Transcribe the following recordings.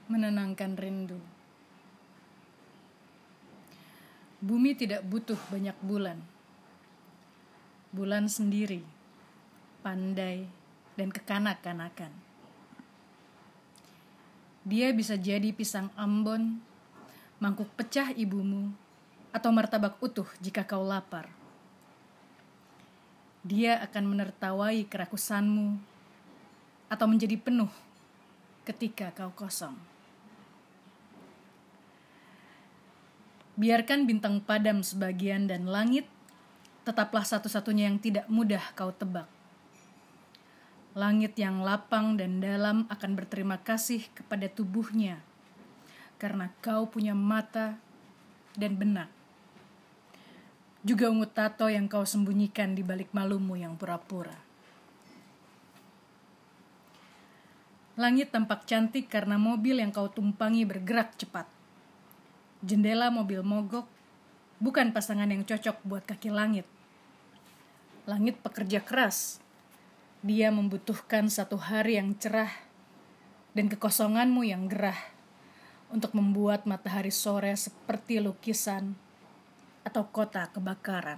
menenangkan rindu. Bumi tidak butuh banyak bulan. Bulan sendiri, pandai, dan kekanak-kanakan. Dia bisa jadi pisang Ambon, mangkuk pecah ibumu, atau martabak utuh jika kau lapar. Dia akan menertawai kerakusanmu, atau menjadi penuh ketika kau kosong. Biarkan bintang padam sebagian dan langit tetaplah satu-satunya yang tidak mudah kau tebak. Langit yang lapang dan dalam akan berterima kasih kepada tubuhnya karena kau punya mata dan benak. Juga ungu tato yang kau sembunyikan di balik malumu yang pura-pura. Langit tampak cantik karena mobil yang kau tumpangi bergerak cepat. Jendela mobil mogok bukan pasangan yang cocok buat kaki langit. Langit pekerja keras. Dia membutuhkan satu hari yang cerah dan kekosonganmu yang gerah untuk membuat matahari sore seperti lukisan atau kota kebakaran.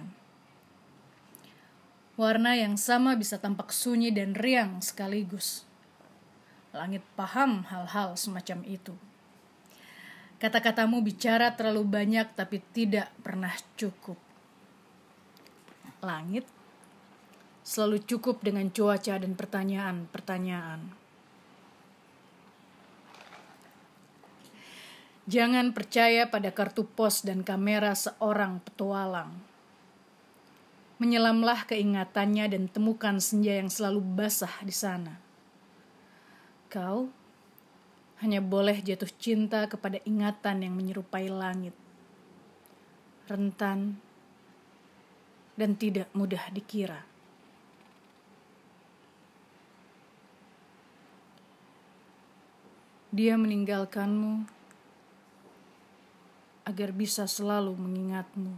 Warna yang sama bisa tampak sunyi dan riang sekaligus. Langit paham hal-hal semacam itu. Kata-katamu bicara terlalu banyak tapi tidak pernah cukup. Langit selalu cukup dengan cuaca dan pertanyaan-pertanyaan. Jangan percaya pada kartu pos dan kamera seorang petualang. Menyelamlah keingatannya dan temukan senja yang selalu basah di sana. Kau hanya boleh jatuh cinta kepada ingatan yang menyerupai langit, rentan, dan tidak mudah dikira. Dia meninggalkanmu agar bisa selalu mengingatmu.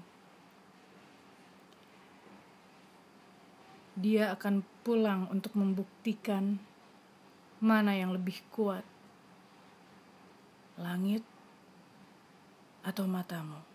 Dia akan pulang untuk membuktikan mana yang lebih kuat, langit atau matamu.